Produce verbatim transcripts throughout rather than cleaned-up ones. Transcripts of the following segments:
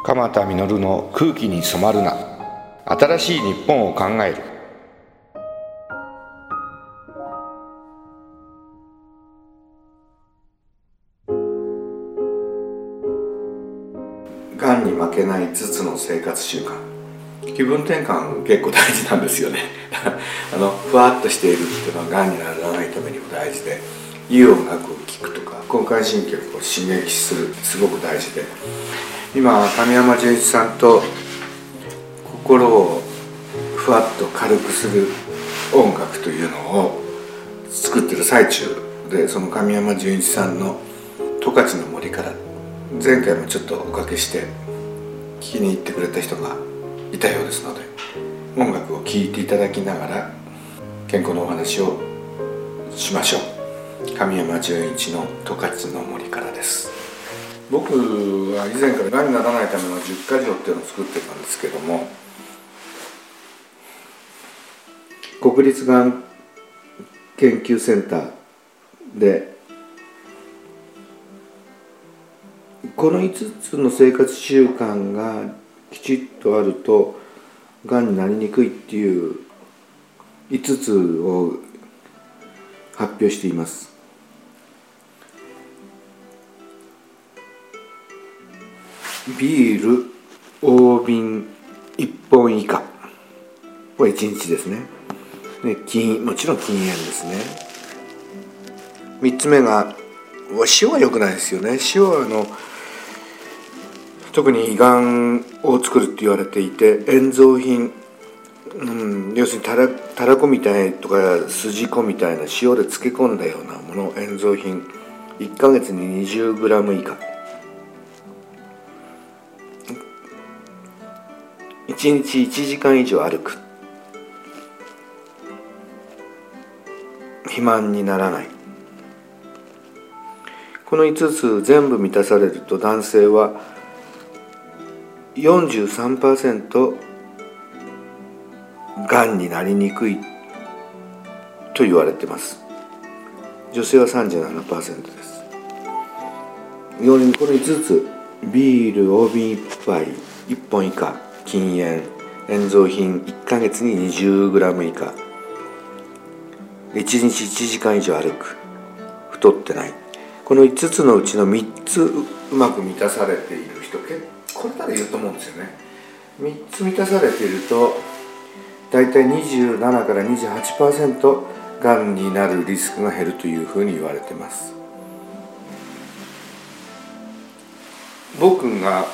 鎌田実の空気に染まるな。新しい日本を考える。がんに負けないいつつの生活習慣。気分転換結構大事なんですよねあのふわっとしているっていうのはがんにならないためにも大事で、いい音楽を聴くとか交感神経を刺激する、すごく大事で、今神山純一さんと心をふわっと軽くする音楽というのを作ってる最中で、その神山純一さんの十勝の森から前回もちょっとおかけして聞きに行ってくれた人がいたようですので、音楽を聴いていただきながら健康のお話をしましょう。神山純一の十勝の森からです。僕は以前からがんにならないためのじゅっか条っていうのを作ってたんですけども、国立がん研究センターでこのいつつの生活習慣がきちっとあるとがんになりにくいっていういつつを発表しています。ビール大瓶いっぽん以下、これいちにちですね。で禁もちろん禁煙ですね。みっつめが塩は良くないですよね。塩はあの特に胃がんを作るって言われていて、塩蔵品、うん、要するにたらたらこみたいとか筋子みたいな塩で漬け込んだようなもの、塩蔵品いっかげつに にじゅうグラム 以下、いちにちいちじかん以上歩く、肥満にならない、このいつつ全部満たされると男性は よんじゅうさんパーセント がんになりにくいと言われています。女性は さんじゅうななパーセント です。このいつつ、ビール大瓶いっぱいいっぽん以下、禁煙、塩蔵品いっかげつに にじゅうグラム 以下、いちにちいちじかん以上歩く、太ってない、このいつつのうちのみっつうまく満たされている人、これなら言うと思うんですよね。みっつ満たされているとだいたいにじゅうななから にじゅうはちパーセント がんになるリスクが減るというふうに言われています。僕が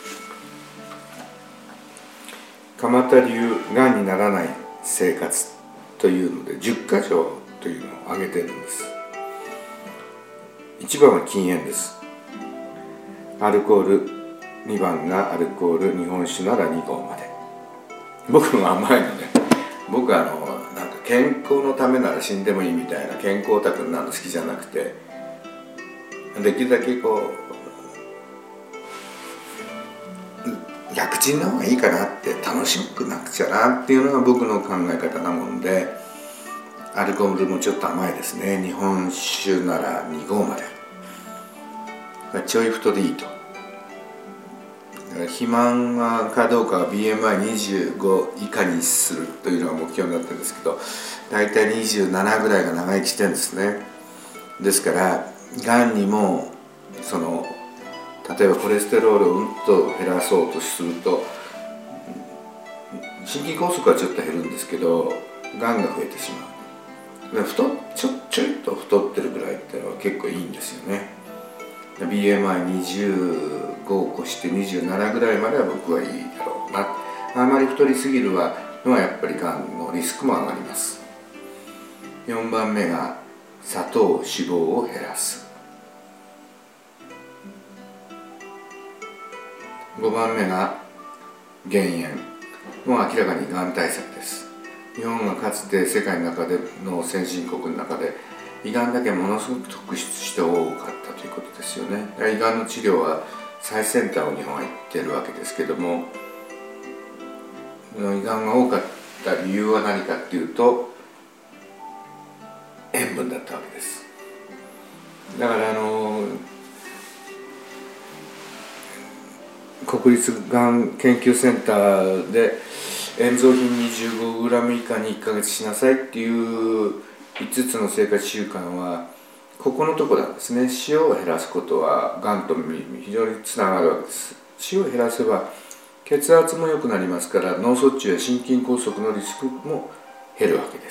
鎌田流がんにならない生活というのでじゅっか条というのを挙げているんです。いちばんは禁煙です。アルコール、にばんがアルコール、日本酒ならにごうまで。僕も甘いので、僕はあのなんか健康のためなら死んでもいいみたいな健康オタクになるの好きじゃなくて、できるだけこう楽ちんな方がいいかなって、楽しくなくちゃなっていうのが僕の考え方なもんで、アルコールもちょっと甘いですね。日本酒ならにごうまで、ちょい太でいいと。肥満かどうかは ビーエムアイにじゅうご 以下にするというのが目標になってるんですけど、だいたいにじゅうななぐらいが長生きしてるんですね。ですからがんにもその例えばコレステロールをうんと減らそうとすると、心筋梗塞はちょっと減るんですけど、がんが増えてしまう。太ちょちょいと太ってるぐらいっていうのは結構いいんですよね。ビーエムアイにじゅうご を越してにじゅうななぐらいまでは僕はいいだろうな。あまり太りすぎるのはやっぱりがんのリスクも上がります。よんばんめが砂糖脂肪を減らす。ごばんめが減塩、もう明らかにがん対策です。日本がかつて世界の中での先進国の中で胃がんだけものすごく特筆して多かったということですよね。胃がんの治療は最先端を日本は行っているわけですけども、胃がんが多かった理由は何かっていうと塩分だったわけです。だからあの国立がん研究センターで塩蔵品 にじゅうごグラム 以下にいっかげつしなさいっていういつつの生活習慣はここのとこなんですね。塩を減らすことはがんと非常につながるわけです。塩を減らせば血圧も良くなりますから脳卒中や心筋梗塞のリスクも減るわけです。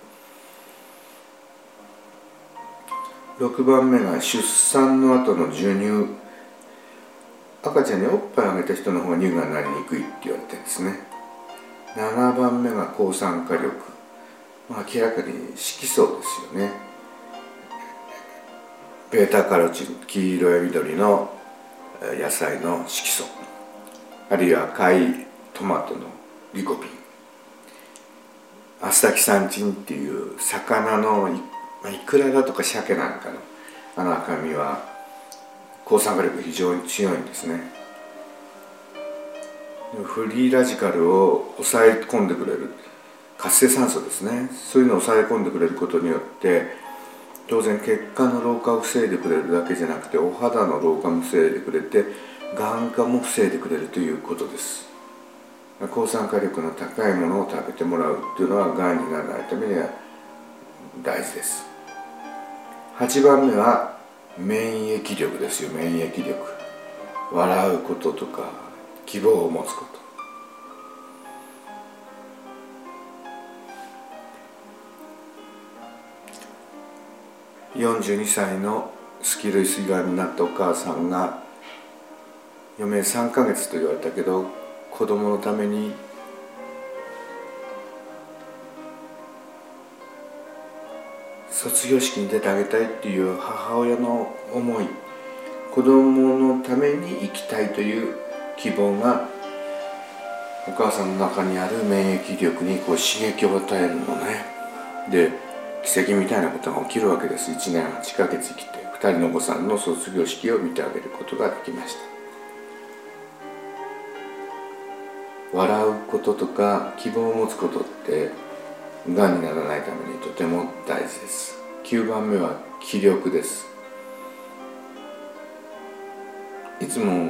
ろくばんめが出産の後の授乳。赤ちゃんにおっぱいをあげた人の方が乳がんになりにくいって言われてるんですね。ななばんめが抗酸化力。まあ、明らかに色素ですよね。ベータカロチン、黄色や緑の野菜の色素、あるいは赤いトマトのリコピン、アスタキサンチンっていう魚のイクラだとか鮭なんかのあの赤身は抗酸化力非常に強いんですね。フリーラジカルを抑え込んでくれる活性酸素ですね。そういうのを抑え込んでくれることによって当然血管の老化を防いでくれるだけじゃなくてお肌の老化も防いでくれてがん化も防いでくれるということです。抗酸化力の高いものを食べてもらうっていうのはがんにならないためには大事です。はちばんめは免疫力ですよ。免疫力、笑うこととか希望を持つこと。よんじゅうにさいのスキルス胃がんになったお母さんが余命さんかげつと言われたけど子供のために卒業式に出てあげたいっていう母親の思い、子供のために生きたいという希望がお母さんの中にある免疫力にこう刺激を与えるのね。で奇跡みたいなことが起きるわけです。いちねんはちかげつ生きてふたりのお子さんの卒業式を見てあげることができました。笑うこととか希望を持つことってがんにならないためにとても大事です。きゅうばんめは気力です。いつも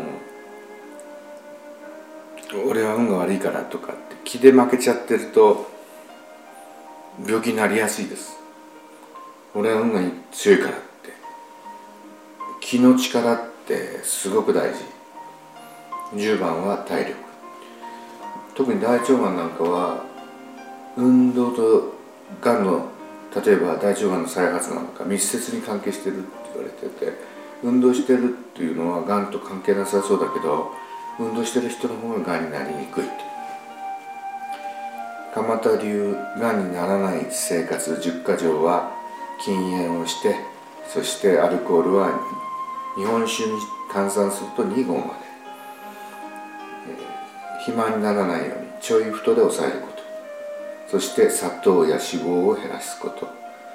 俺は運が悪いからとかって気で負けちゃってると病気になりやすいです。俺は運が強いからって気の力ってすごく大事。じゅうばんは体力。特に大腸がんなんかは運動とがんの例えば大腸がんの再発なんか密接に関係してるって言われてて、運動してるっていうのはがんと関係なさそうだけど運動してる人の方ががんになりにくいって。鎌田流がんにならない生活じゅっか条は禁煙をして、そしてアルコールは日本酒に換算するとにごうまで、えー、肥満にならないようにちょい太で抑えること、そして砂糖や脂肪を減らすこと、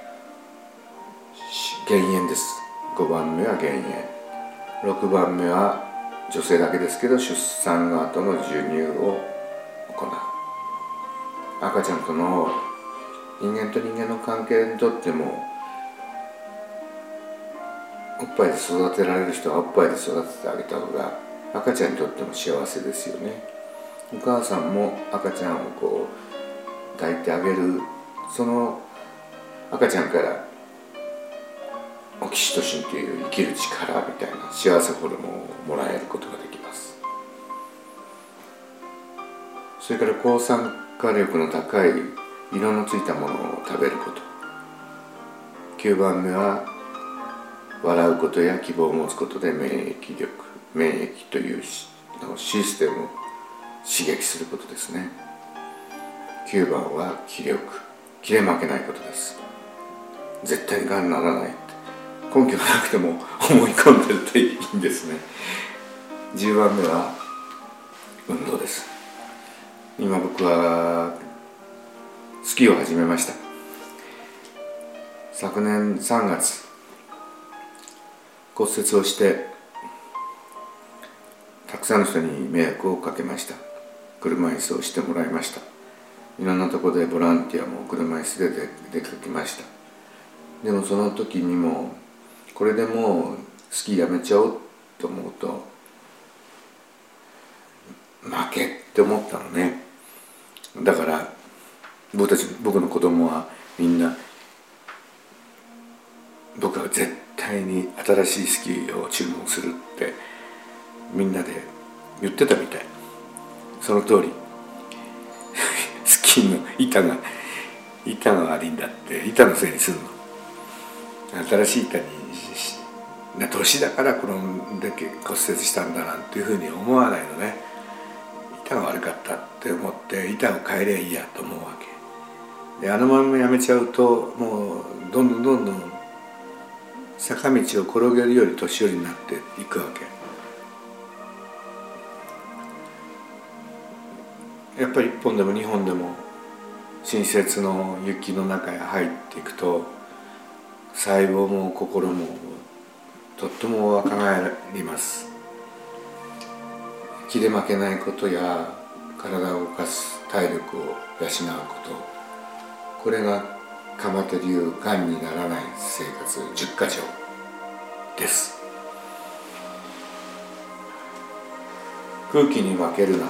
減塩です。ごばんめは減塩。ろくばんめは女性だけですけど出産の後の授乳を行う。赤ちゃんとの人間と人間の関係にとってもおっぱいで育てられる人はおっぱいで育ててあげた方が赤ちゃんにとっても幸せですよね。お母さんも赤ちゃんをこう抱いてあげる、その赤ちゃんからオキシトシンという生きる力みたいな幸せホルモンをもらえることができます。それから抗酸化力の高い色のついたものを食べること。きゅうばんめは笑うことや希望を持つことで免疫力、免疫というシステムを刺激することですね。きゅうばんは気力、気で負けないことです。絶対にがんにならないって根拠がなくても思い込んでるといいんですね。じゅうばんめは運動です。今僕はスキーを始めました。昨年さんがつ骨折をしてたくさんの人に迷惑をかけました。車椅子をしてもらいました。いろんなところでボランティアも車椅子で出かけました。でもその時にもこれでもうスキーやめちゃおうと思うとって思ったのね。だから僕たち僕の子供はみんな僕は絶対に新しいスキーを注文するってみんなで言ってたみたい。その通りスキーの板が板が悪いんだって板のせいにするの。新しい板に年だからこのだけ骨折したんだなんていうふうに思わないのね。板が悪かったって思って板を変えりゃいいやと思うわけで、あのままやめちゃうともうどんどんどんどん坂道を転げるより年寄りになっていくわけ。やっぱりいっぽんでもにほんでも新雪の雪の中へ入っていくと細胞も心もとっても若返ります。気で負けないことや体を動かす体力を養うこと、これが鎌手流がんにならない生活じゅっか条です。空気に負けるな。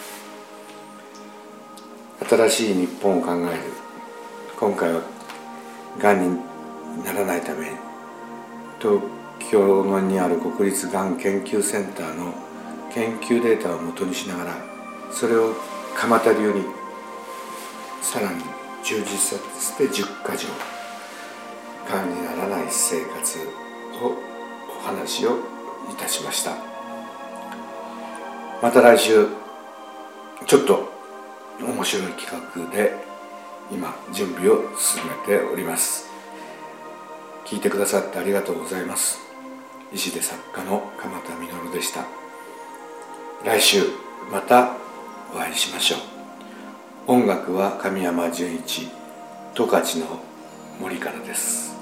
新しい日本を考える。今回はがんにならないため東京にある国立がん研究センターの研究データをもとにしながら、それを鎌田流にさらに充実させてじゅっか条、がんにならない生活をお話をいたしました。また来週ちょっと面白い企画で今準備を進めております。聞いてくださってありがとうございます。医師で作家の鎌田実でした。来週またお会いしましょう。音楽は神山純一、十勝の森からです。